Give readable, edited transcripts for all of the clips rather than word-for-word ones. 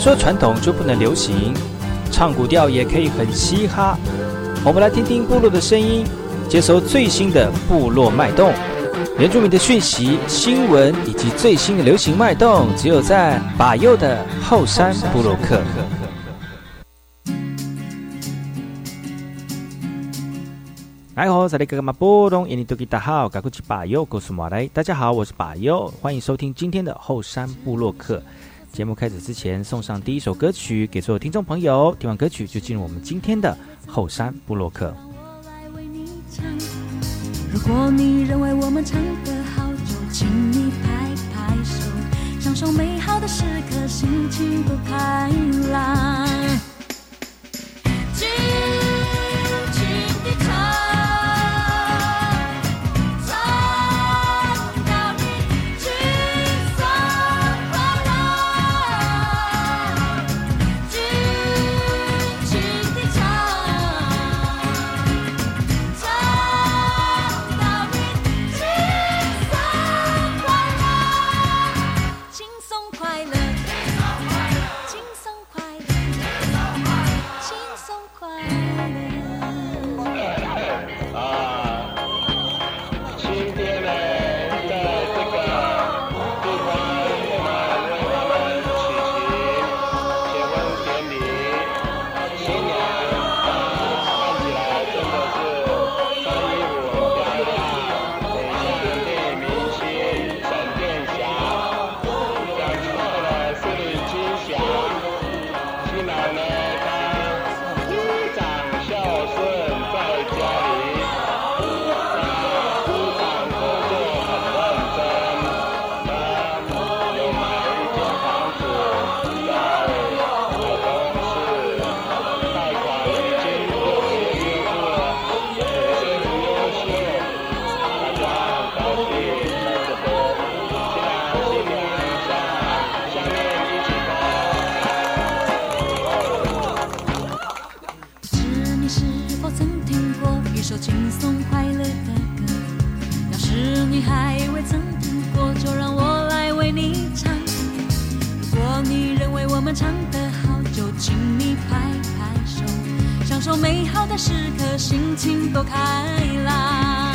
说传统就不能流行，唱古调也可以很嘻哈。我们来听听部落的声音，接收最新的部落脉动、原住民的讯息、新闻以及最新的流行脉动，只有在把右的后山部落客。哎吼，在这个马波东印尼多吉大号，赶过去把右告诉马来。大家好，我是把右，欢迎收听今天的后山部落客。节目开始之前，送上第一首歌曲给所有听众朋友。听完歌曲就进入我们今天的后山部落客。 如果你认为我们唱得好，就请你拍拍手，享受美好的时刻，心情多开朗。美好的时刻，心情多开朗。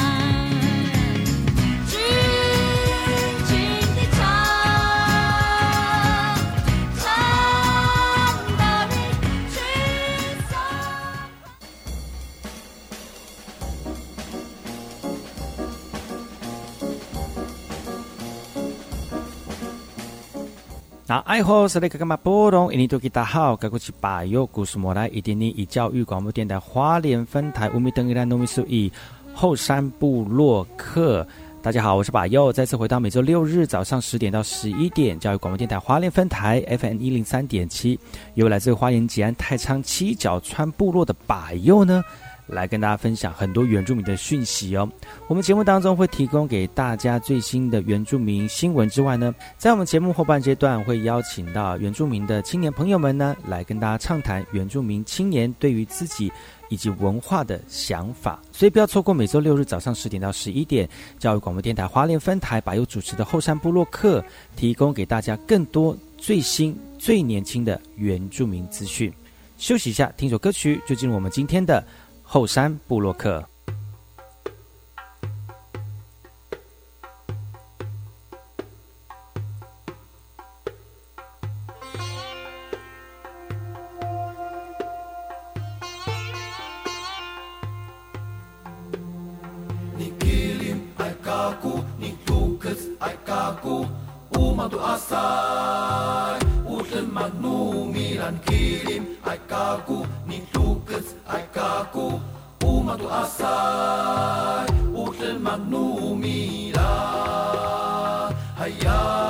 那爱好是那个嘛波动，印尼多吉大好，该过去把右故事莫来，一点以教育广播电台花莲分台乌米登伊兰农民数以后山部落客。大家好，我是把右，再次回到每周六日早上10点到11点，教育广播电台花莲分台 FM 103.7，由来自花莲吉安太仓七角川部落的把右呢，来跟大家分享很多原住民的讯息哦。我们节目当中会提供给大家最新的原住民新闻之外呢，在我们节目后半阶段会邀请到原住民的青年朋友们呢，来跟大家畅谈原住民青年对于自己以及文化的想法。所以不要错过每周六日早上10点到11点，教育广播电台花莲分台把佑主持的后山部落客，提供给大家更多最新最年轻的原住民资讯。休息一下，听首歌曲，就进入我们今天的后山部落客。 你 kirim ai kaku, ni tukas ai kaku, umatu asai, utan magnumiran kirim ai kaku, ni tukas ai kaku, umatu asai, utan magnumiran, hayya.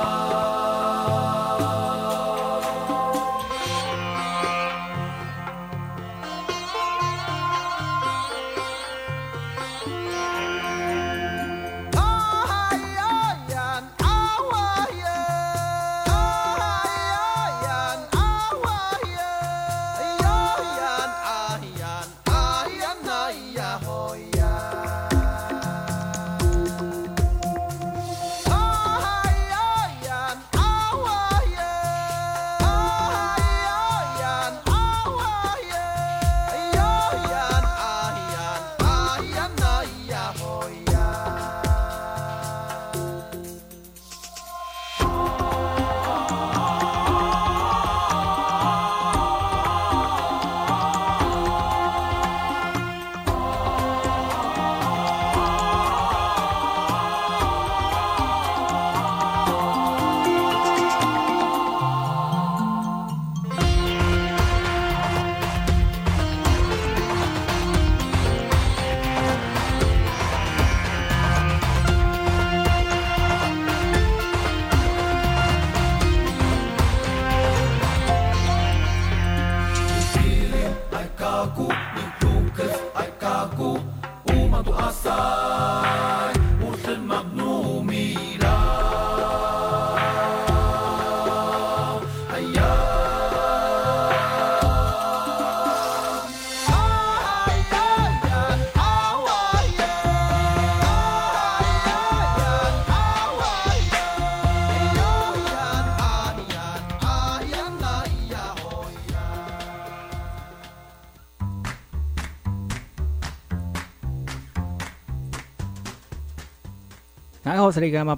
大家好，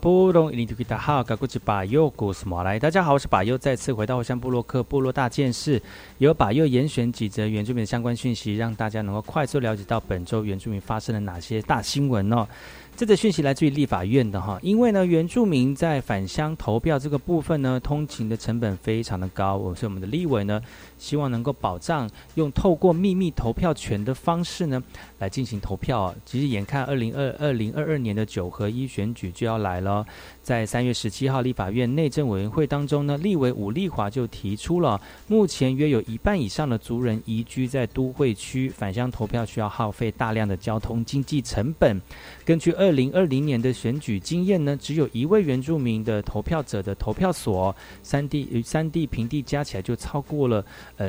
我是把佑，再次回到后山部落客部落大件事，由把佑严选几则原住民的相关讯息，让大家能够快速了解到本周原住民发生了哪些大新闻哦。这则讯息来自于立法院的哈，因为呢，原住民在返乡投票这个部分呢，通勤的成本非常的高，所以我们的立委呢，希望能够保障用透过秘密投票权的方式呢，来进行投票啊。其实眼看2022年的9合1选举就要来了，在3月17号立法院内政委员会当中呢，立委伍丽华就提出了，目前约有1半以上的族人移居在都会区，返乡投票需要耗费大量的交通经济成本。根据2020年的选举经验呢，只有1位原住民的投票者的投票所，山地平地加起来就超过了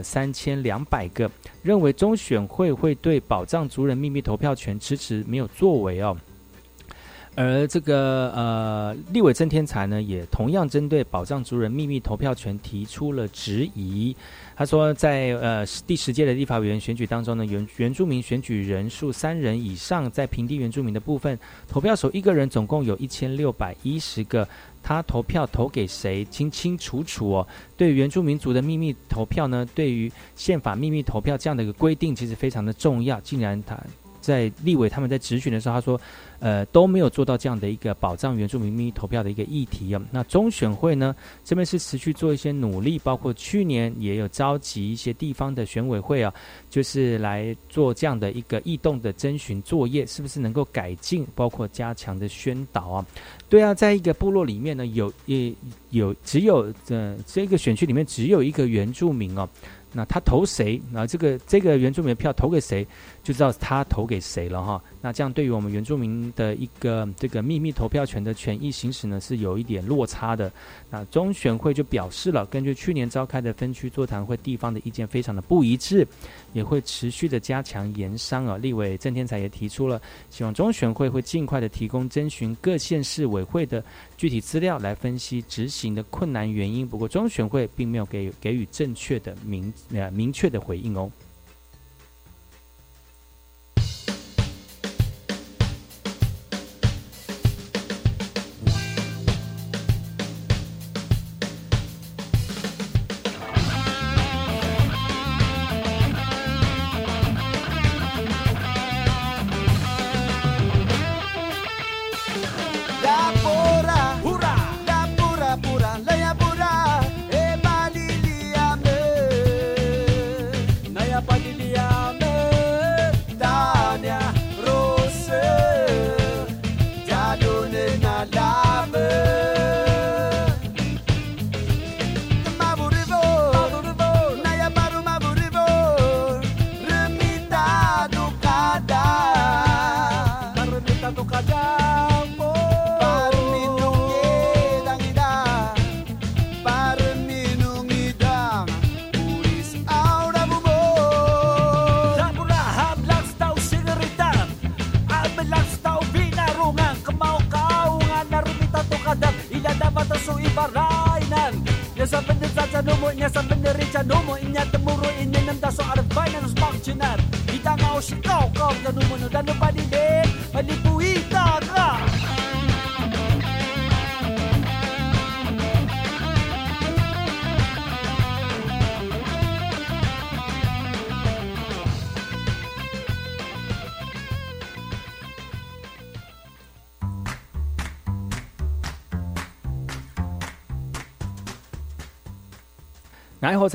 3200个，认为中选会会对保障族人秘密投票权迟迟没有作为哦。而这个立委郑天才呢，也同样针对保障族人秘密投票权提出了质疑。他说在第10届的立法委员选举当中呢，原住民选举人数3人以上，在平地原住民的部分，投票手一个人总共有1610个，他投票投给谁清清楚楚哦。对于原住民族的秘密投票呢，对于宪法秘密投票这样的一个规定其实非常的重要，竟然他在立委他们在质询的时候，他说都没有做到这样的一个保障原住民秘密投票的一个议题啊。那中选会呢这边是持续做一些努力，包括去年也有召集一些地方的选委会啊，就是来做这样的一个异动的征询作业，是不是能够改进，包括加强的宣导啊。对啊，在一个部落里面呢，只有这个选区里面只有一个原住民哦。那他投谁？那这个原住民的票投给谁，就知道他投给谁了哈。那这样对于我们原住民的一个这个秘密投票权的权益行使呢，是有一点落差的。那中选会就表示了，根据去年召开的分区座谈会，地方的意见非常的不一致，也会持续的加强研商啊。立委郑天才也提出了，希望中选会会尽快的提供征询各县市委会的具体资料，来分析执行的困难原因。不过中选会并没有给予正确的明确的回应哦。大家好，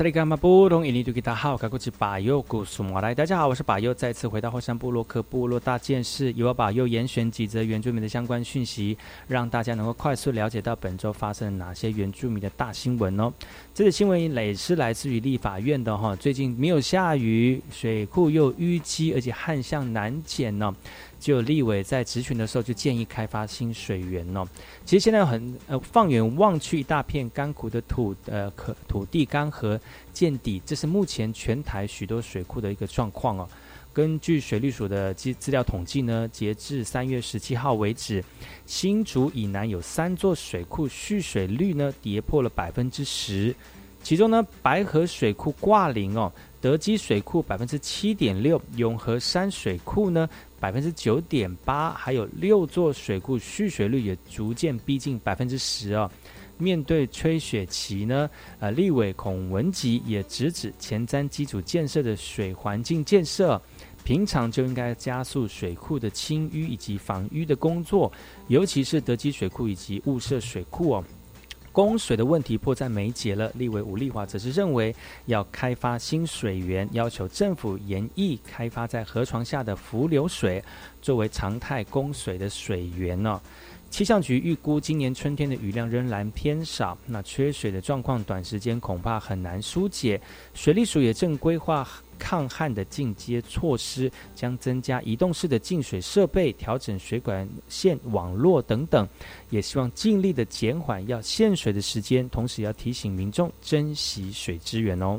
我是把佑，再次回到后山部落客部落大件事，由把佑严选几则原住民的相关讯息，让大家能够快速了解到本周发生了哪些原住民的大新闻哦。这个新闻也是来自于立法院的哈，最近没有下雨，水库又淤积，而且旱象难减呢。就有立委在质询的时候就建议开发新水源哦。其实现在放眼望去，一大片干枯的土地干涸见底，这是目前全台许多水库的一个状况哦。根据水利署的资料统计呢，截至3月17号为止，新竹以南有3座水库蓄水率呢跌破了10%， 其中呢，白河水库挂零哦，德基水库7.6%，永和山水库呢9.8%，还有6座水库蓄水率也逐渐逼近10%哦。面对吹雪期呢，立委孔文吉也直指前瞻基础建设的水环境建设，平常就应该加速水库的清淤以及防淤的工作，尤其是德基水库以及雾社水库哦。供水的问题迫在眉睫了，立委吴丽华则是认为要开发新水源，要求政府研议开发在河床下的浮流水作为常态供水的水源哦。气象局预估今年春天的雨量仍然偏少，那缺水的状况短时间恐怕很难疏解。水利署也正规划抗旱的进阶措施，将增加移动式的净水设备，调整水管线网络等等，也希望尽力的减缓要限水的时间，同时要提醒民众珍惜水资源哦。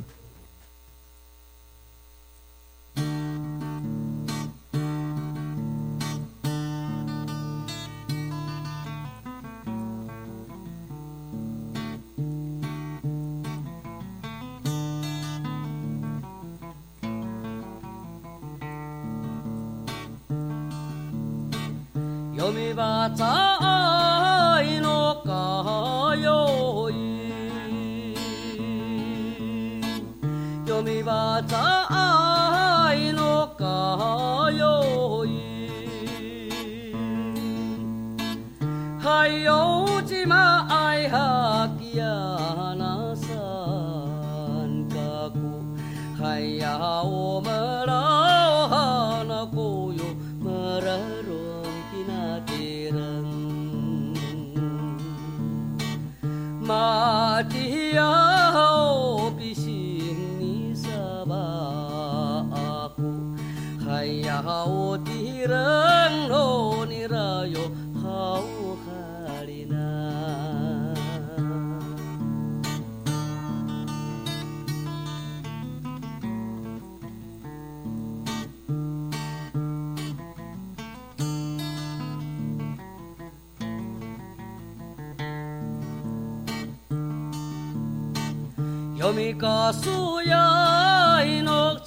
Yomi kasuya inok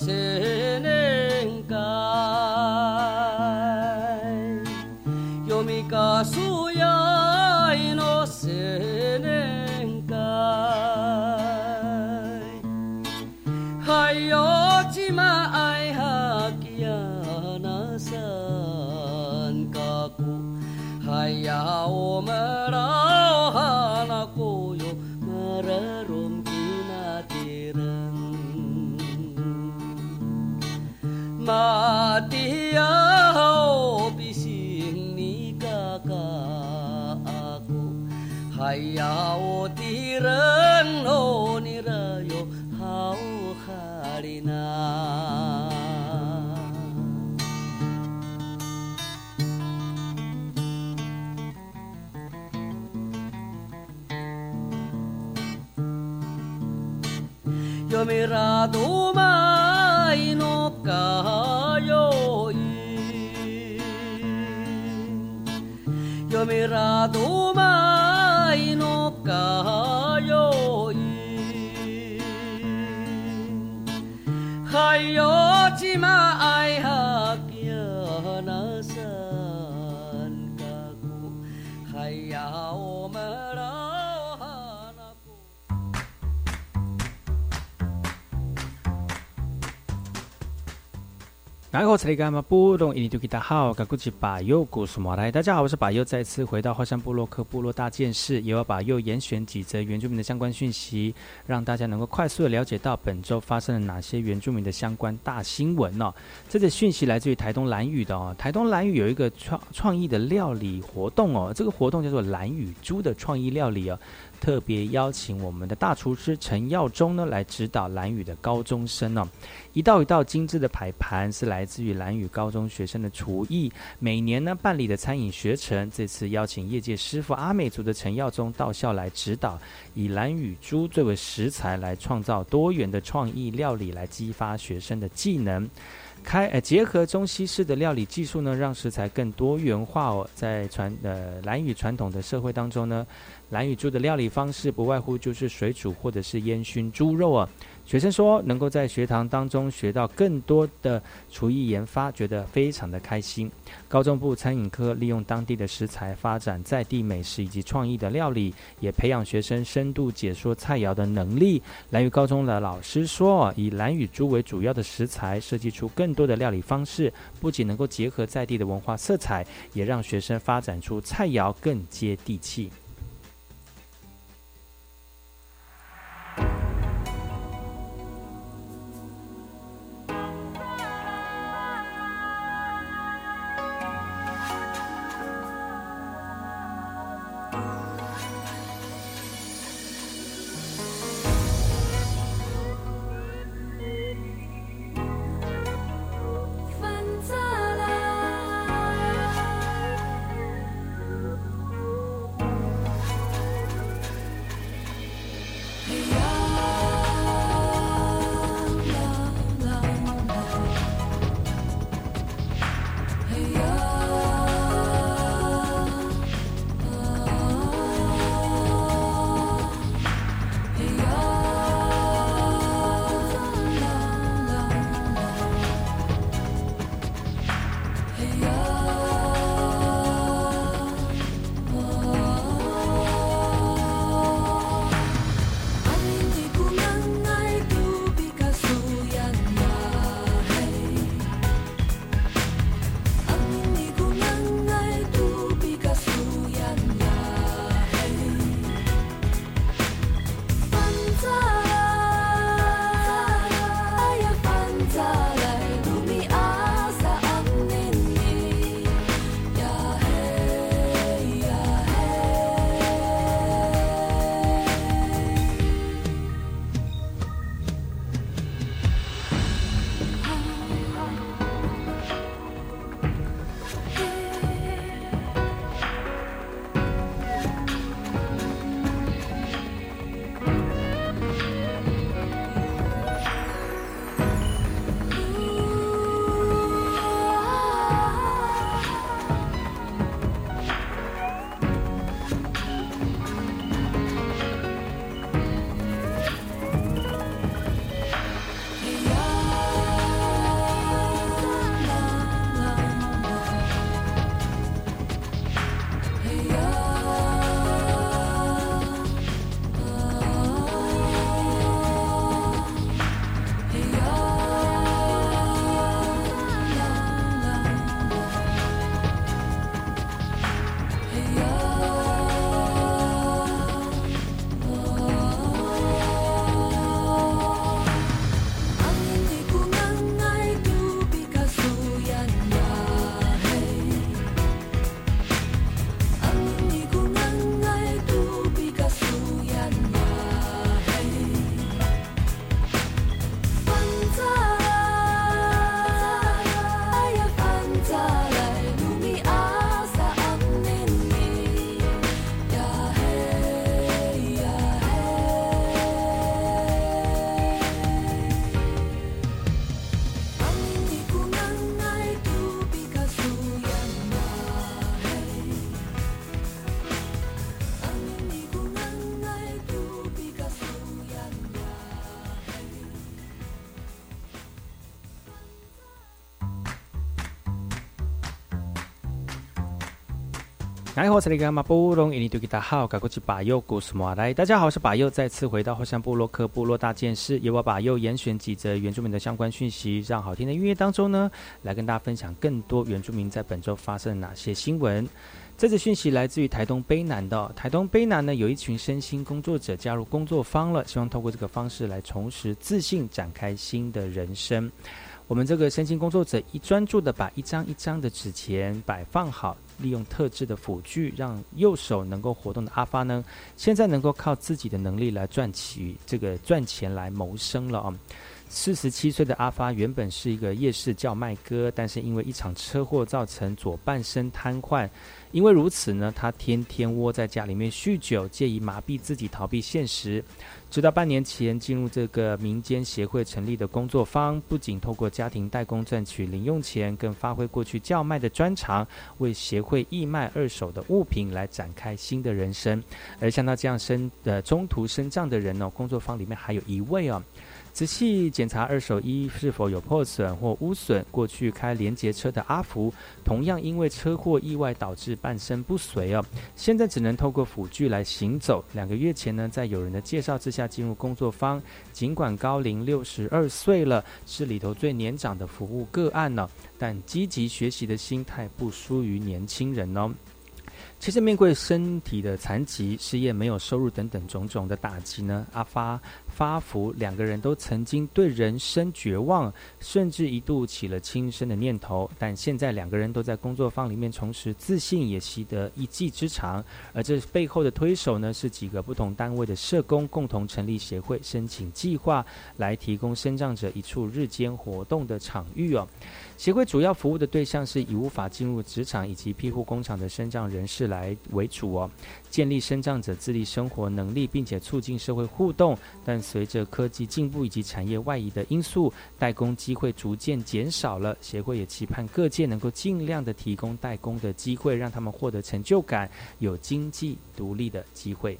senengkai Yomi kasuya inok senengkai Hayo cima ai hakia nasan kaku Hayao merau hanaku yo merarum Matiao bising ni kakak aku Hayao tirang no nirayo hau harina Yo mirado mai no kayo Yo mirado mai no kayo Hayo cima ai hakya nasan kaku Hayao merau 大家好，我是把佑，再次回到后山部落客部落大件事，也要把佑严选几则原住民的相关讯息，让大家能够快速的了解到本周发生了哪些原住民的相关大新闻哦。这则讯息来自于台东兰屿的哦，台东兰屿有一个创意的料理活动哦，这个活动叫做兰屿猪的创意料理哦。特别邀请我们的大厨师陈耀忠呢来指导兰屿的高中生哦，一道一道精致的摆盘是来自于兰屿高中学生的厨艺。每年呢办理的餐饮学程，这次邀请业界师傅阿美族的陈耀忠到校来指导，以兰屿猪作为食材来创造多元的创意料理，来激发学生的技能。 结合中西式的料理技术呢，让食材更多元化哦。在兰屿传统的社会当中呢，兰屿猪的料理方式不外乎就是水煮或者是烟熏猪肉啊。学生说能够在学堂当中学到更多的厨艺研发，觉得非常的开心。高中部餐饮科利用当地的食材发展在地美食以及创意的料理，也培养学生深度解说菜肴的能力。兰屿高中的老师说，以兰屿猪为主要的食材，设计出更多的料理方式，不仅能够结合在地的文化色彩，也让学生发展出菜肴更接地气。 哎，我是那个马布隆，印尼多吉达好，赶过去把右古什么来？大家好，我是把右，再次回到后山部落克部落大件事，由我把右严选几则原住民的相关讯息，让好听的音乐当中呢，来跟大家分享更多原住民在本周发生了哪些新闻。这则讯息来自于台东卑南的台东卑南呢，有一群身心工作者加入工作坊了，希望透过这个方式来重拾自信，展开新的人生。我们这个身心工作者专注的把一张一张的纸钱摆放好，利用特制的辅具，让右手能够活动的阿发呢，现在能够靠自己的能力来赚钱来谋生了啊。47岁的阿发原本是一个夜市叫卖哥，但是因为一场车祸造成左半身瘫痪， 因为如此呢，他天天窝在家里面酗酒，借以麻痹自己，逃避现实。直到半年前进入这个民间协会成立的工作坊，不仅透过家庭代工赚取零用钱，更发挥过去叫卖的专长，为协会义卖二手的物品来展开新的人生。而像他这样中途身障的人工作坊里面还有一位仔细检查二手衣是否有破损或污损。过去开联结车的阿福，同样因为车祸意外导致半身不遂现在只能透过辅具来行走。2个月前呢，在有人的介绍之下进入工作坊，尽管高龄62岁了，是里头最年长的服务个案但积极学习的心态不输于年轻人其实面对身体的残疾、失业、没有收入等等种种的打击呢，阿发福2个人都曾经对人生绝望，甚至一度起了轻生的念头。但现在2个人都在工作坊里面重拾自信，也习得一技之长。而这背后的推手呢，是几个不同单位的社工共同成立协会，申请计划来提供身障者一处日间活动的场域协会主要服务的对象是以无法进入职场以及庇护工厂的身障人士来为主建立身障者自立生活能力，并且促进社会互动。但随着科技进步以及产业外移的因素，代工机会逐渐减少了。协会也期盼各界能够尽量的提供代工的机会，让他们获得成就感，有经济独立的机会。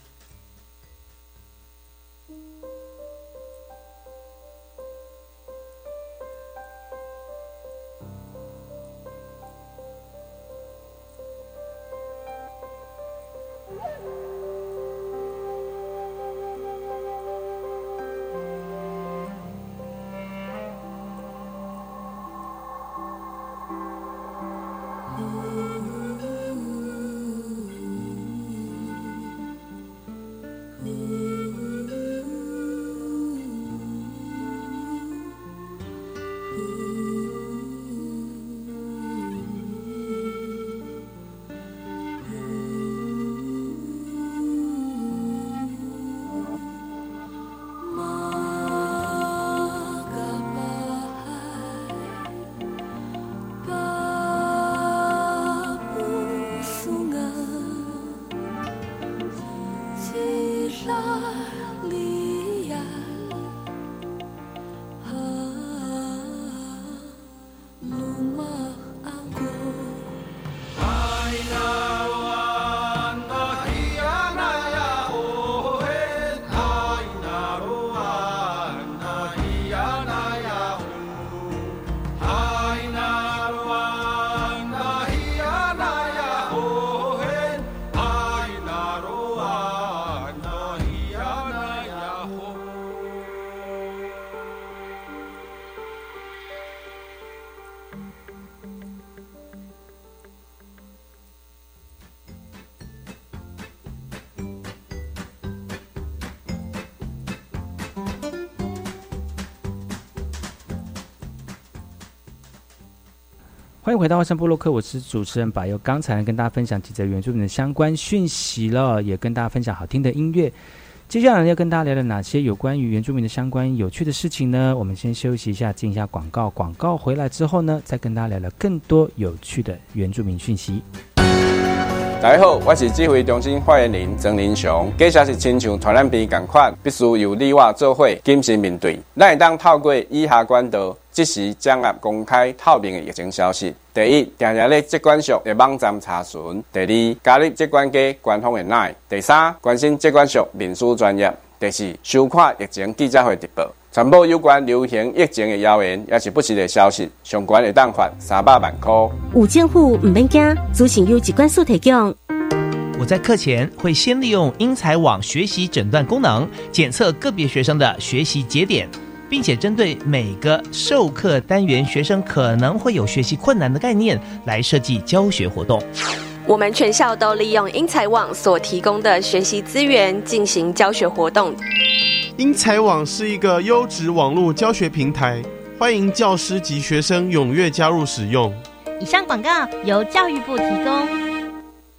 欢迎回到外山部落客，我是主持人百佑。刚才跟大家分享几则原住民的相关讯息了，也跟大家分享好听的音乐。接下来要跟大家聊聊哪些有关于原住民的相关有趣的事情呢？我们先休息一下，进一下广告。广告回来之后呢，再跟大家聊聊更多有趣的原住民讯息。 大家好，我是指挥中心发言人曾林雄。假设是亲像传染病同款，必须由你我做伙谨慎面对。咱会当透过以下管道，即时掌握公开透明的疫情消息。第一，定定咧疾管署的网站查询；第二，加入疾管局官方的 LINE；第三，关心疾管署面书专页；第四，收看疫情记者会直播。传播有关流行疫情的谣言，也是不实的消息，相关的当罚300万块。 有政府唔免惊，资讯由疾管署提供。 我在课前会先利用英才网学习诊断功能，检测个别学生的学习节点，并且针对每个授课单元学生可能会有学习困难的概念来设计教学活动。 我们全校都利用英才网所提供的学习资源进行教学活动。 英才网是一个优质网络教学平台，欢迎教师及学生踊跃加入使用。 以上广告由教育部提供。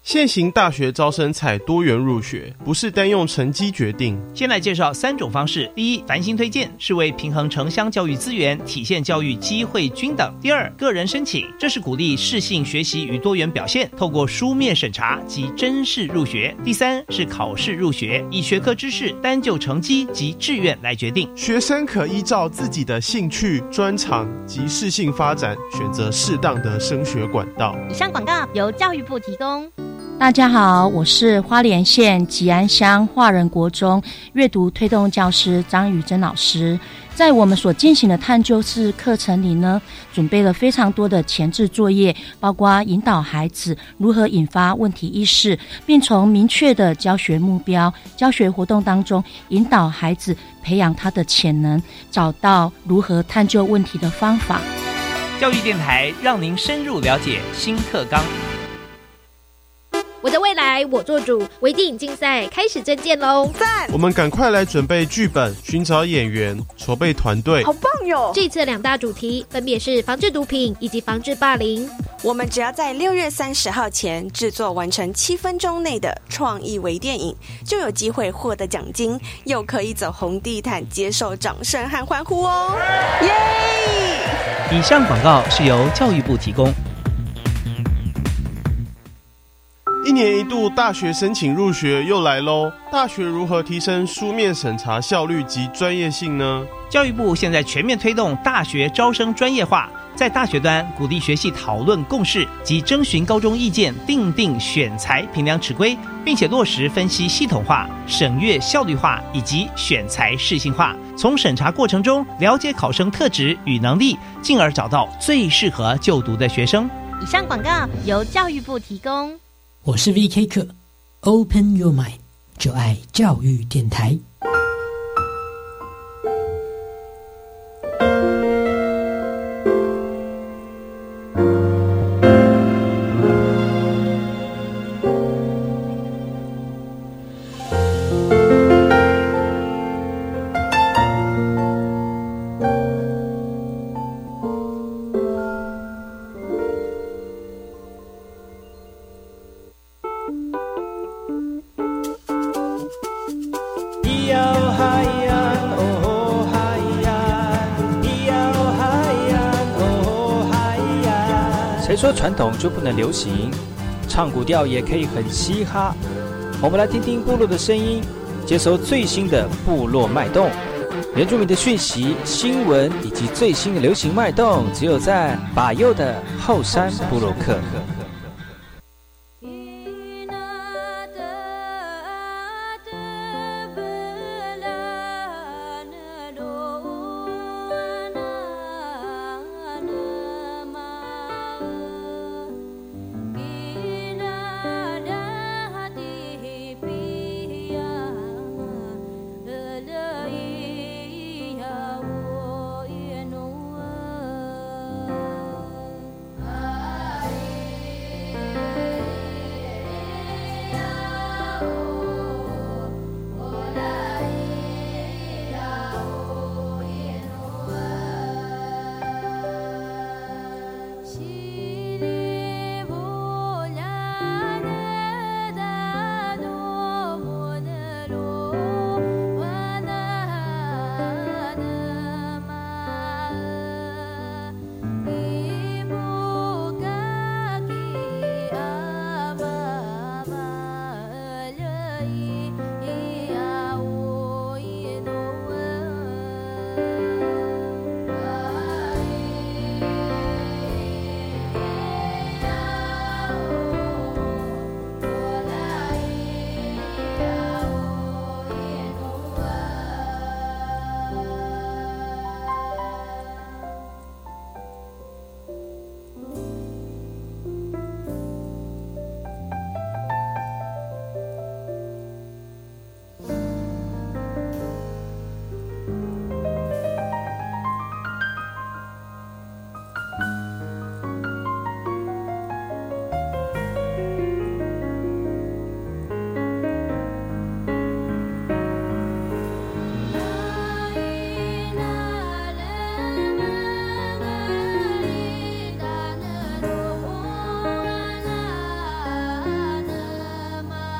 现行大学招生采多元入学，不是单用成绩决定。 先来介绍3种方式。第一，繁星推荐，是为平衡城乡教育资源，体现教育机会均等。第二，个人申请，这是鼓励适性学习与多元表现，透过书面审查及甄试入学。第三是考试入学，以学科知识单就成绩及志愿来决定。 学生可依照自己的兴趣、专长及适性发展，选择适当的升学管道。 以上广告由教育部提供。 大家好，我是花莲县吉安乡华人国中阅读推动教师张宇珍老师。在我们所进行的探究式课程里呢，准备了非常多的前置作业，包括引导孩子如何引发问题意识，并从明确的教学目标、教学活动当中引导孩子培养他的潜能，找到如何探究问题的方法。 教育电台让您深入了解新课纲。 我的未来我做主，微电影竞赛开始征件喽！ 赞！ 我们赶快来准备剧本，寻找演员，筹备团队。 好棒哟！ 这次2大主题分别是防治毒品以及防治霸凌。 我们只要在6月30号前制作完成7分钟内的创意微电影，就有机会获得奖金，又可以走红地毯，接受掌声和欢呼哦！耶！ 以上广告是由教育部提供。 1年1度大学申请入学又来咯，大学如何提升书面审查效率及专业性呢？ 教育部现在全面推动大学招生专业化，在大学端鼓励学系讨论共识及征询高中意见，订定选材评量尺规，并且落实分析系统化、审阅效率化以及选材适性化，从审查过程中了解考生特质与能力，进而找到最适合就读的学生。 以上广告由教育部提供。 我是 VK 课 Open Your Mind， 就爱教育电台。 谁说传统就不能流行？唱古调也可以很嘻哈。我们来听听部落的声音，接收最新的部落脉动、原住民的讯息、新闻以及最新的流行脉动，只有在把右的后山部落客。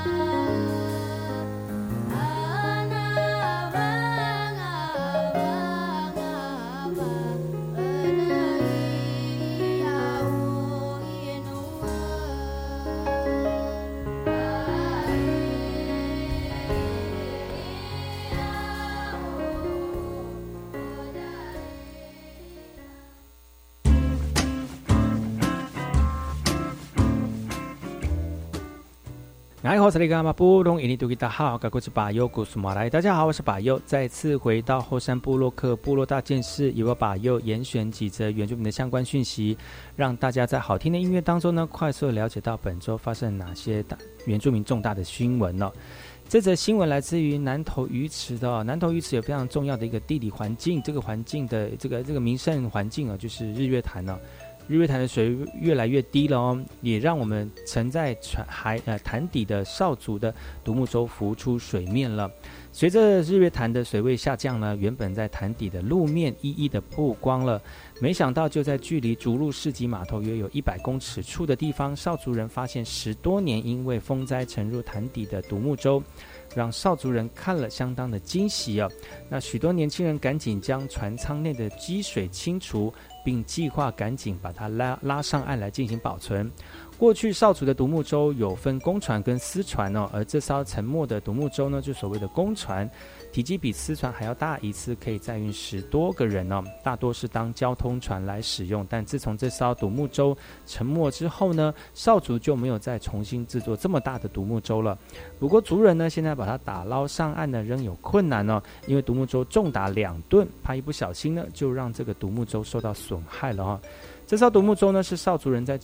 哎，我是那个马布隆，印尼多吉达好，我是巴佑古苏马来。大家好，我是巴佑，再次回到后山部落客部落大件事，由我巴佑严选几则原住民的相关讯息，让大家在好听的音乐当中呢，快速了解到本周发生哪些原住民重大的新闻哦。这则新闻来自于南投鱼池的哦，南投鱼池有非常重要的一个地理环境，这个环境的这个名胜环境哦，就是日月潭哦。日月潭的水越来越低了哦，也让我们沉在潭底的少族的独木舟浮出水面了。随着日月潭的水位下降呢，原本在潭底的路面一一的曝光了。没想到就在距离竹鹿市集码头约有100公尺处的地方，少族人发现10多年因为风灾沉入潭底的独木舟，让少族人看了相当的惊喜哦。那许多年轻人赶紧将船舱内的积水清除，并计划赶紧把它拉上岸来进行保存。过去少族的独木舟有分公船跟私船哦，而这艘沉没的独木舟呢，就所谓的公船，体积比私船还要大，一次可以载运10多个人哦，大多是当交通船来使用。但自从这艘独木舟沉没之后呢，少族就没有再重新制作这么大的独木舟了。不过族人呢，现在把它打捞上岸呢，仍有困难哦，因为独木舟重达2吨，怕一不小心呢，就让这个独木舟受到损害了哦。这艘独木舟呢，是少族人在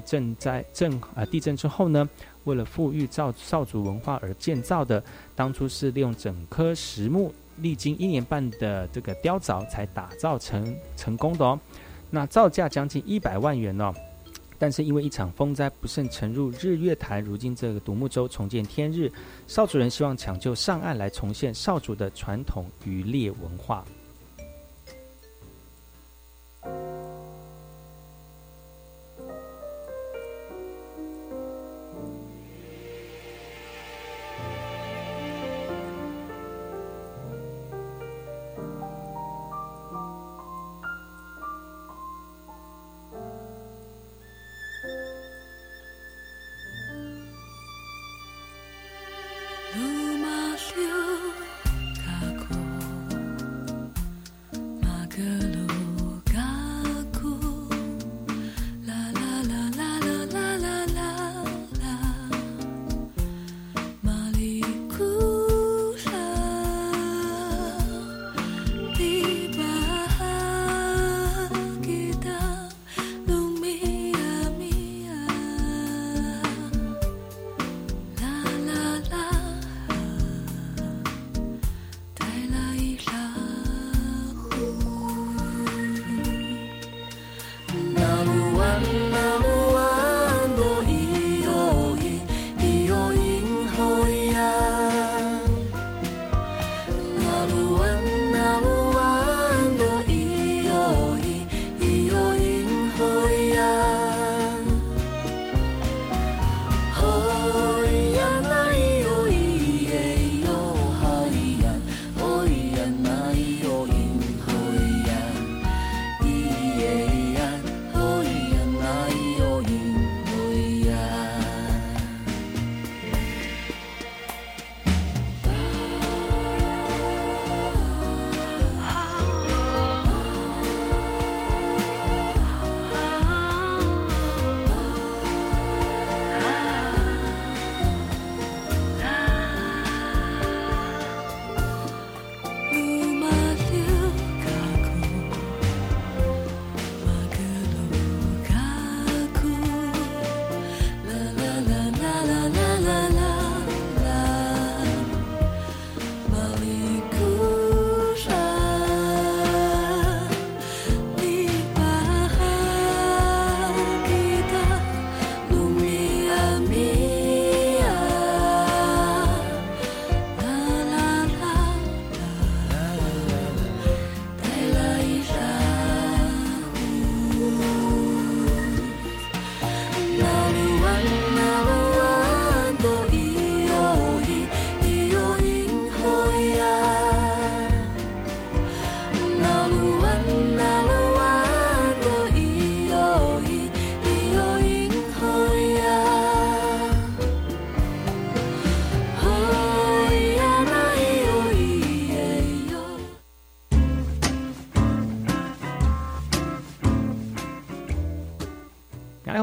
921地震之后呢，为了富裕少族文化而建造的。当初是利用整棵实木，历经1年半的这个雕凿才打造成功的哦。那造价将近100万元哦。但是因为一场风灾不慎沉入日月潭，如今这个独木舟重见天日，少族人希望抢救上岸来重现少族的传统渔猎文化。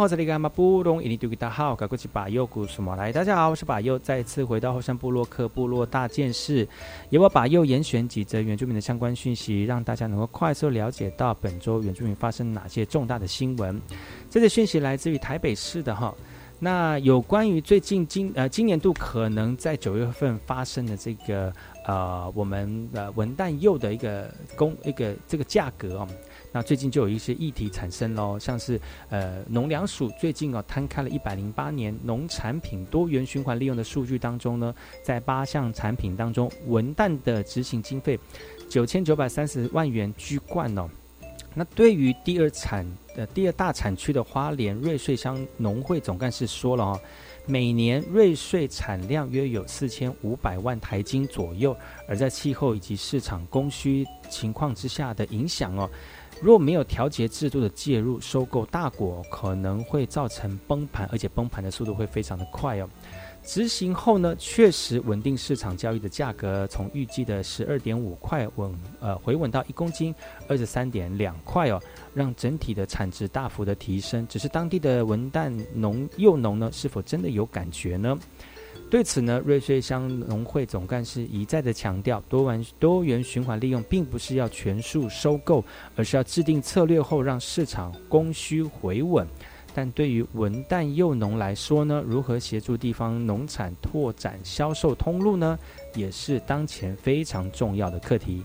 好，这里是马布隆，印尼多吉大号，我是巴佑，古苏马来。大家好，我是巴佑，再次回到后山部落客部落大件事，由我巴佑严选几则原住民的相关讯息，让大家能够快速了解到本周原住民发生哪些重大的新闻。这则讯息来自于台北市的哈。那有关于最近今年度可能在9月份发生的这个我们文旦柚的一个这个价格哦，那最近就有一些议题产生咯，像是农粮署最近摊开了108年农产品多元循环利用的数据当中呢，在8项产品当中，文旦的执行经费9930万元居冠哦。那对于第二大产区的花莲瑞穗乡农会总干事说了每年瑞穗产量约有4500万台斤左右，而在气候以及市场供需情况之下的影响若没有调节制度的介入，收购大果可能会造成崩盘，而且崩盘的速度会非常的快执行后呢，确实稳定市场交易的价格，从预计的12.5块回稳到1公斤23.2块让整体的产值大幅的提升。只是当地的文旦柚农呢，是否真的有感觉呢？对此呢，瑞穗乡农会总干事一再的强调，多元循环利用并不是要全数收购，而是要制定策略后让市场供需回稳。但对于文旦柚农来说呢，如何协助地方农产拓展销售通路呢，也是当前非常重要的课题。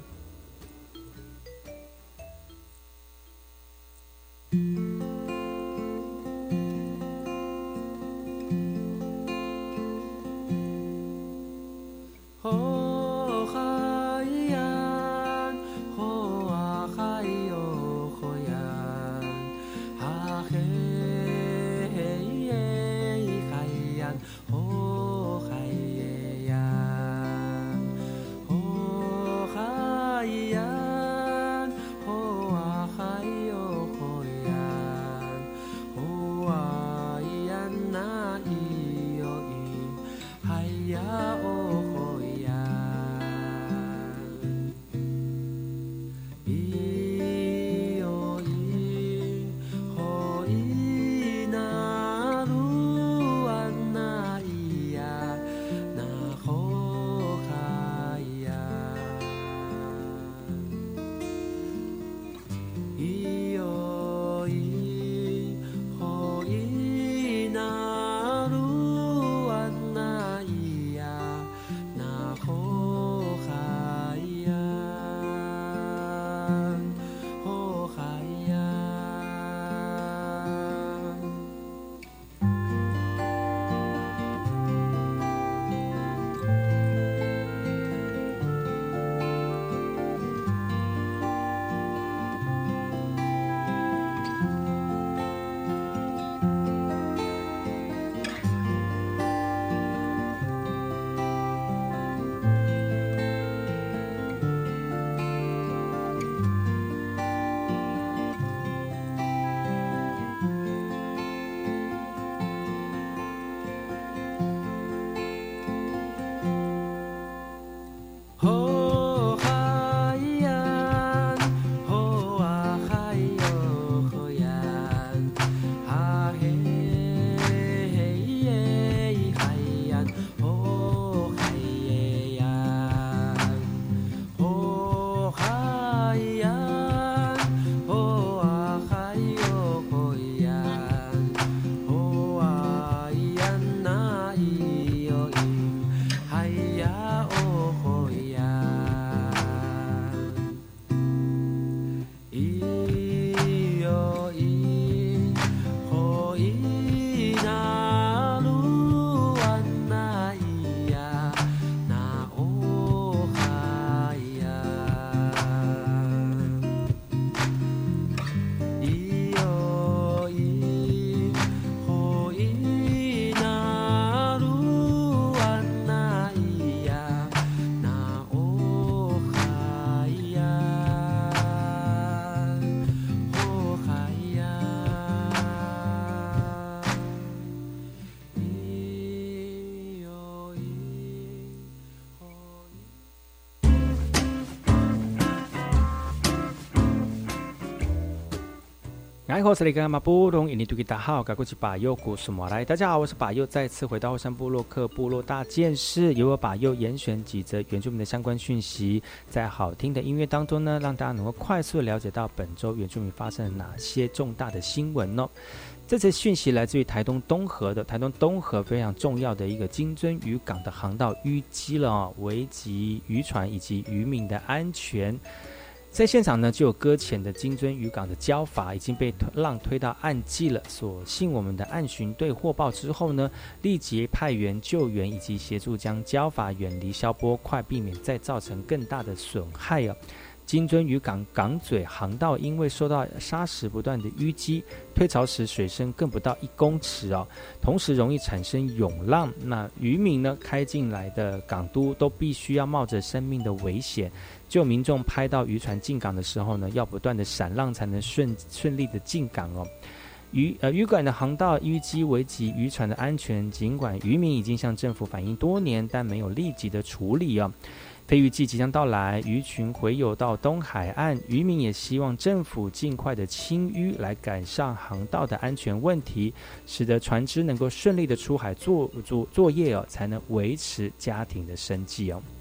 爱好是那个马布隆，印尼土著大号，该过去巴佑古苏马来。大家好，我是巴佑，再次回到后山部落客部落大件事，由我巴佑严选几则原住民的相关讯息，在好听的音乐当中呢，让大家能够快速了解到本周原住民发生了哪些重大的新闻哦。这次讯息来自于台东东河非常重要的一个金樽渔港的航道淤积了哦，危及渔船以及渔民的安全。在现场呢，就有搁浅的金樽渔港的礁筏已经被浪推到岸际了。所幸我们的岸巡队获报之后呢，立即派员救援以及协助将礁筏远离消波块，避免再造成更大的损害哦。金樽渔港港嘴航道因为受到沙石不断的淤积，退潮时水深更不到1公尺哦，同时容易产生涌浪。那渔民呢开进来的港都都必须要冒着生命的危险。就民众拍到渔船进港的时候呢，要不断的闪浪才能顺利的进港哦。渔港的航道淤积危及渔船的安全，尽管渔民已经向政府反映多年，但没有立即的处理哦。飞鱼季即将到来，鱼群回游到东海岸，渔民也希望政府尽快的清淤，来改善航道的安全问题，使得船只能够顺利的出海作业哦，才能维持家庭的生计哦。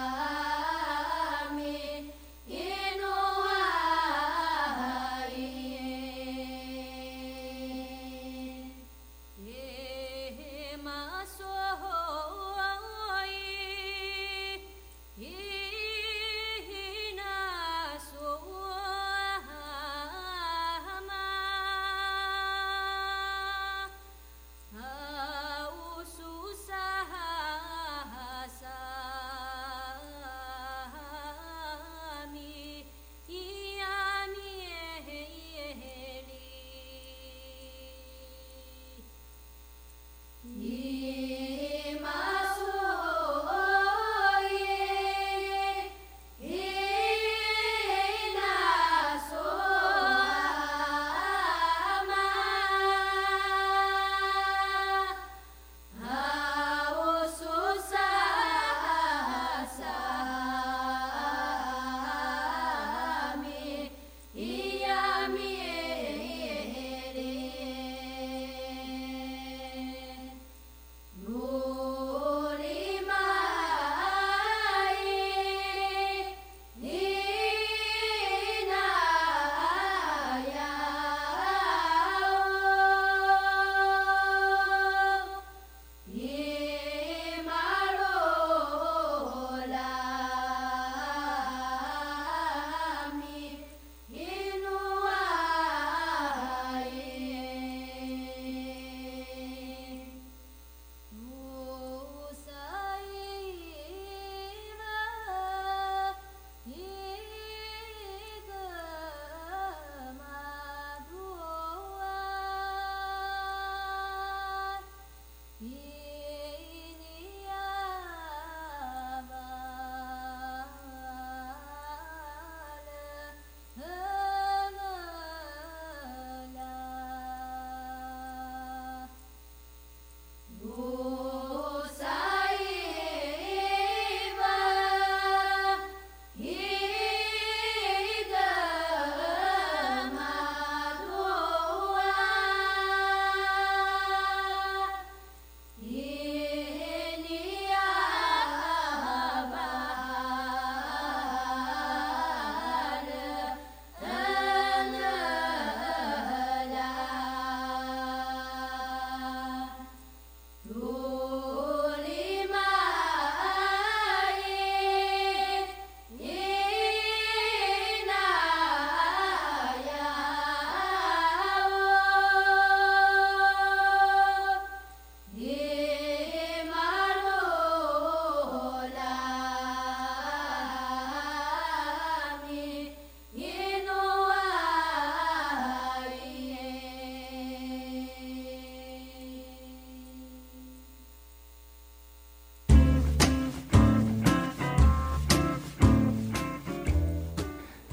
Yeah.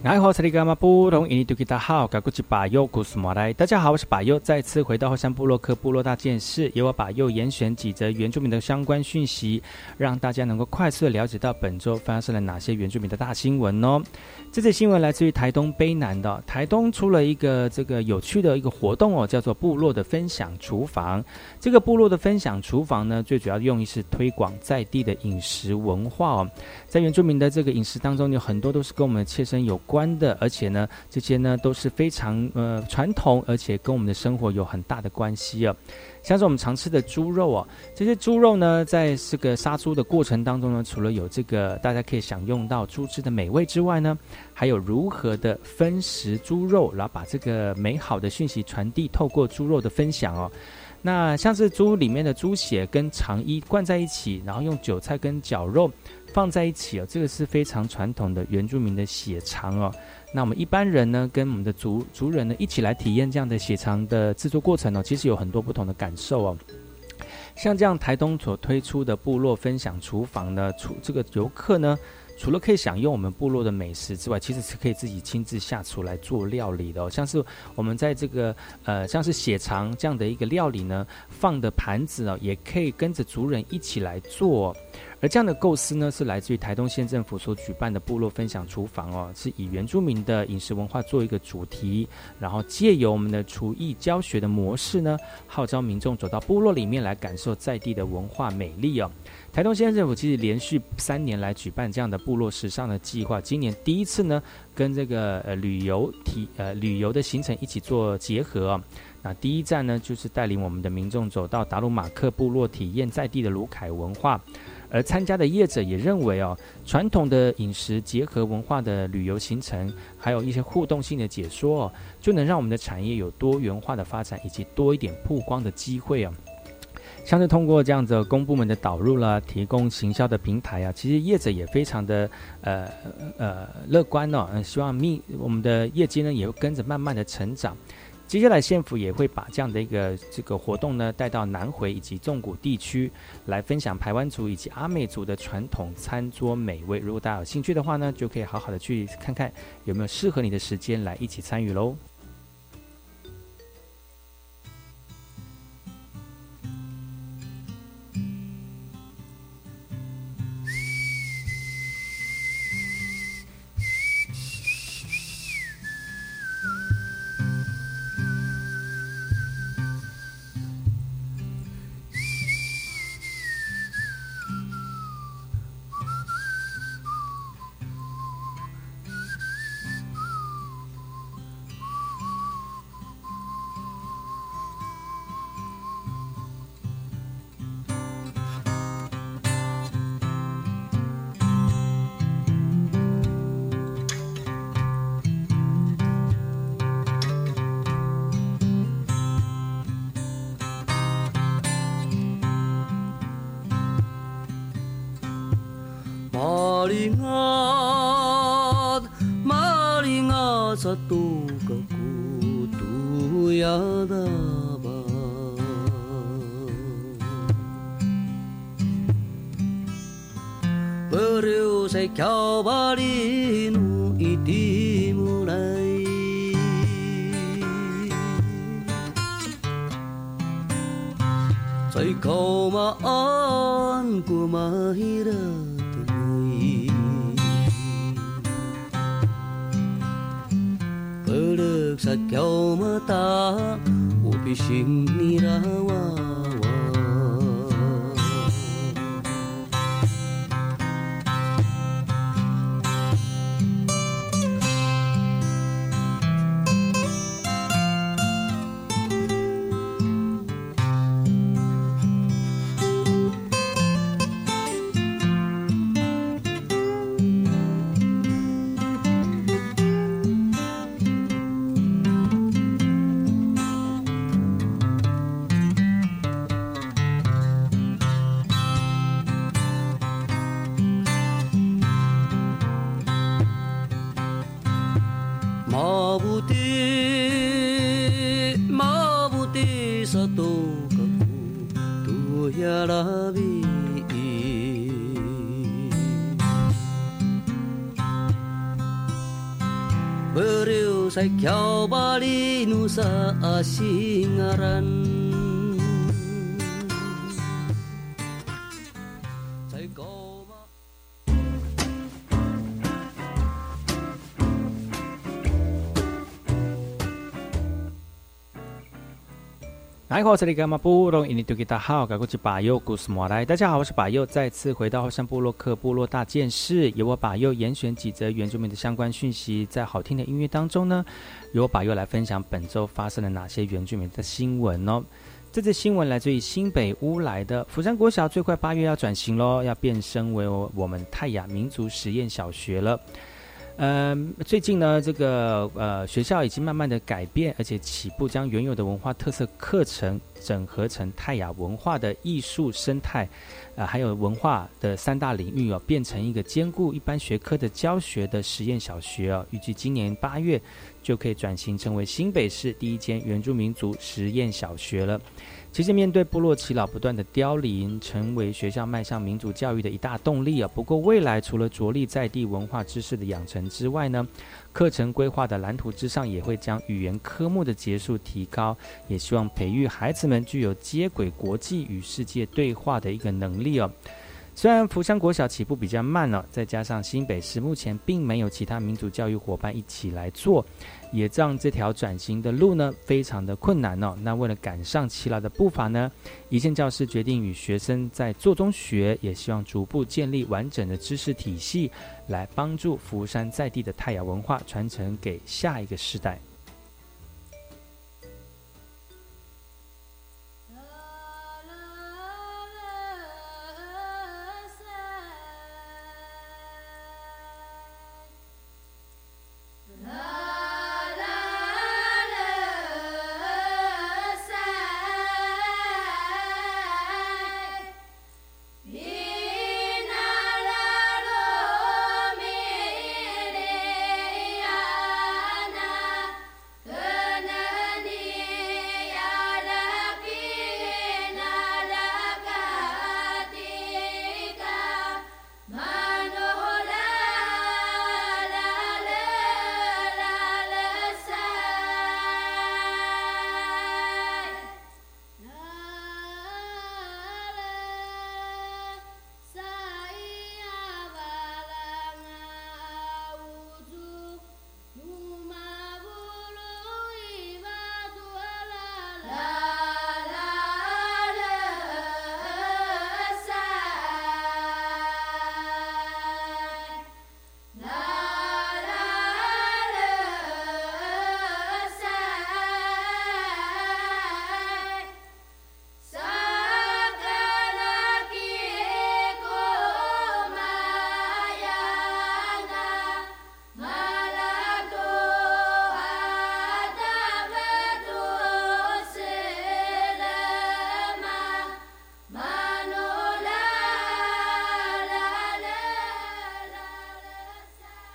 然后大家好，我是巴佑，再次回到后山部落客部落大件事，由我巴佑严选几则原住民的相关讯息，让大家能够快速的了解到本周发生了哪些原住民的大新闻哦。这则新闻来自于台东卑南的，台东出了一个这个有趣的一个活动哦，叫做部落的分享厨房。这个部落的分享厨房呢，最主要的用意是推广在地的饮食文化哦。在原住民的这个饮食当中，有很多都是跟我们切身有关的，而且呢，这些呢都是非常传统，而且跟我们的生活有很大的关系哦。像是我们常吃的猪肉哦，这些猪肉呢，在这个杀猪的过程当中呢，除了有这个大家可以享用到猪脂的美味之外呢，还有如何的分食猪肉，然后把这个美好的讯息传递，透过猪肉的分享哦。那像是猪里面的猪血跟肠衣灌在一起，然后用韭菜跟绞肉放在一起哦，这个是非常传统的原住民的血肠哦。那我们一般人呢，跟我们的族人呢一起来体验这样的血肠的制作过程哦，其实有很多不同的感受哦。像这样台东所推出的部落分享厨房呢，这个游客呢，除了可以享用我们部落的美食之外，其实是可以自己亲自下厨来做料理的哦。像是我们在这个像是血肠这样的一个料理呢，放的盘子哦，也可以跟着族人一起来做哦。而这样的构思呢，是来自于台东县政府所举办的部落分享厨房哦，是以原住民的饮食文化做一个主题，然后借由我们的厨艺教学的模式呢，号召民众走到部落里面来感受在地的文化美丽哦。台东县政府其实连续3年来举办这样的部落时尚的计划，今年第一次呢，跟这个旅游的行程一起做结合哦。那第一站呢，就是带领我们的民众走到达鲁马克部落，体验在地的鲁凯文化。而参加的业者也认为哦，传统的饮食结合文化的旅游行程，还有一些互动性的解说哦，就能让我们的产业有多元化的发展，以及多一点曝光的机会哦。像是通过这样子公部门的导入啦，提供行销的平台啊，其实业者也非常的乐观哦，希望我们的业绩呢也会跟着慢慢的成长。接下来县府也会把这样的这个活动呢带到南回以及纵谷地区，来分享排湾族以及阿美族的传统餐桌美味。如果大家有兴趣的话呢，就可以好好的去看看有没有适合你的时间来一起参与咯。 Satu kekutu yadaba Beriu say kau balinu iti mulai Say kau maan ku mahira sa kau mata upising nirawawa Mabuti satu kaku ya Rabbi sai kau bali nusa asingaran sai kau 大家好，我是巴佑，再次回到后山部落客部落大件事，由我巴佑严选几则原住民的相关讯息，在好听的音乐当中呢，由我巴佑来分享本周发生了哪些原住民的新闻哦。这则新闻来自于新北乌来的福山国小，最快8月要转型咯，要变身为我们泰雅民族实验小学了。最近呢，这个学校已经慢慢的改变，而且起步将原有的文化特色课程整合成泰雅文化的艺术生态，还有文化的3大领域哦，变成一个兼顾一般学科的教学的实验小学哦。预计今年8月就可以转型成为新北市第一间原住民族实验小学了。其实面对部落耆老不断的凋零，成为学校迈向民族教育的一大动力啊。不过未来除了着力在地文化知识的养成之外呢，课程规划的蓝图之上也会将语言科目的节数提高，也希望培育孩子们具有接轨国际与世界对话的一个能力哦。虽然福山国小起步比较慢哦，再加上新北市目前并没有其他民族教育伙伴一起来做，也让这条转型的路呢非常的困难哦。那为了赶上耆老的步伐呢，宜县教师决定与学生在做中学，也希望逐步建立完整的知识体系，来帮助福山在地的泰雅文化传承给下一个世代。